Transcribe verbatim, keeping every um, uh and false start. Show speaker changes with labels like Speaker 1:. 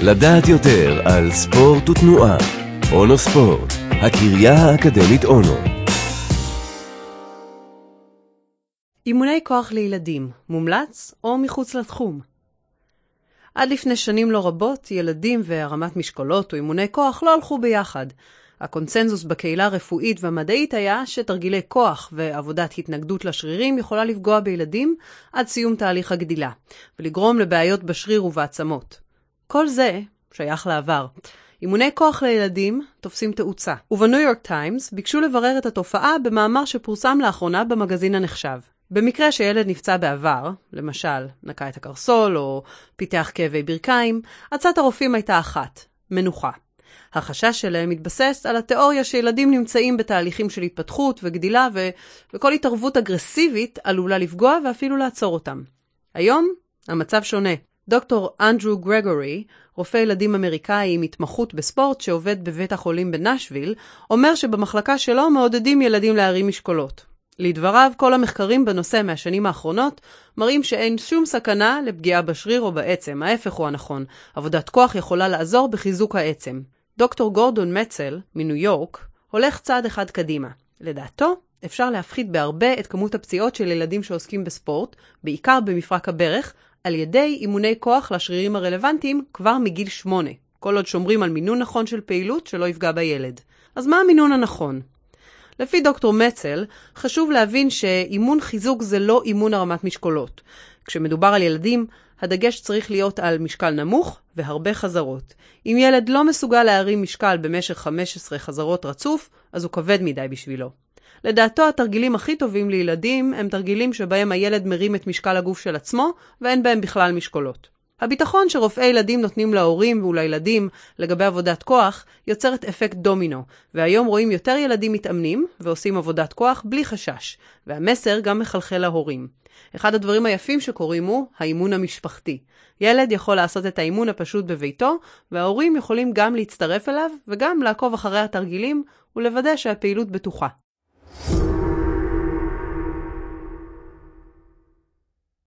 Speaker 1: לדעת יותר על ספורט ותנועה. אונו ספורט, הקריה האקדמית אונו.
Speaker 2: אימוני כוח לילדים, מומלץ או מחוץ לתחום? עד לפני שנים לא רבות, ילדים והרמת משקולות או אימוני כוח לא הלכו ביחד. הקונצנזוס בקהילה הרפואית והמדעית היה שתרגילי כוח ועבודת התנגדות לשרירים יכולה לפגוע בילדים עד סיום תהליך הגדילה, ולגרום לבעיות בשריר ובעצמות. כל זה שייך לעבר. אימוני כוח לילדים תופסים תאוצה, ובניו יורק טיימס ביקשו לברר את התופעה במאמר שפורסם לאחרונה במגזין הנחשב. במקרה שילד נפצע בעבר, למשל נקע את הקרסול או פיתח כאבי ברכיים, הצעת הרופאים הייתה אחת, מנוחה. החשש שלהם מתבסס על התיאוריה שילדים נמצאים בתהליכים של התפתחות וגדילה ו... וכל התערבות אגרסיבית עלולה לפגוע ואפילו לעצור אותם. היום המצב שונה. דוקטור אנדרו גרגורי, רופא ילדים אמריקאי עם התמחות בספורט שעובד בבית החולים בנשוויל, אומר שבמחלקה שלו מעודדים ילדים להרים משקולות. לדבריו, כל המחקרים בנושא מהשנים האחרונות מראים שאין שום סכנה לפגיעה בשריר או בעצם, ההפך הוא הנכון. עבודת כוח יכולה לעזור בחיזוק העצם. דוקטור גורדון מצל, מניו יורק, הולך צעד אחד קדימה. לדעתו, אפשר להפחית בהרבה את כמות הפציעות של ילדים שעוסקים בספורט, בעיקר במפרק הברך, על ידי אימוני כוח לשרירים הרלוונטיים כבר מגיל שמונה, כל עוד שומרים על מינון נכון של פעילות שלא יפגע בילד. אז מה המינון הנכון? לפי דוקטור מצל, חשוב להבין שאימון חיזוק זה לא אימון הרמת משקולות. כשמדובר על ילדים, הדגש צריך להיות על משקל נמוך והרבה חזרות. אם ילד לא מסוגל להרים משקל במשך חמש עשרה חזרות רצוף, אז הוא כבד מדי בשבילו. לדעתו, התרגילים הכי טובים לילדים הם תרגילים שבהם הילד מרים את משקל הגוף של עצמו, ואין בהם בכלל משקולות. הביטחון שרופאי ילדים נותנים להורים ולילדים לגבי עבודת כוח יוצרת אפקט דומינו, והיום רואים יותר ילדים מתאמנים ועושים עבודת כוח בלי חשש, והמסר גם מחלחל להורים. אחד הדברים היפים שקורים הוא האימון המשפחתי. ילד יכול לעשות את האימון הפשוט בביתו, וההורים יכולים גם להצטרף אליו וגם לעקוב אחרי התרגילים ולוודא שהפעילות בטוחה.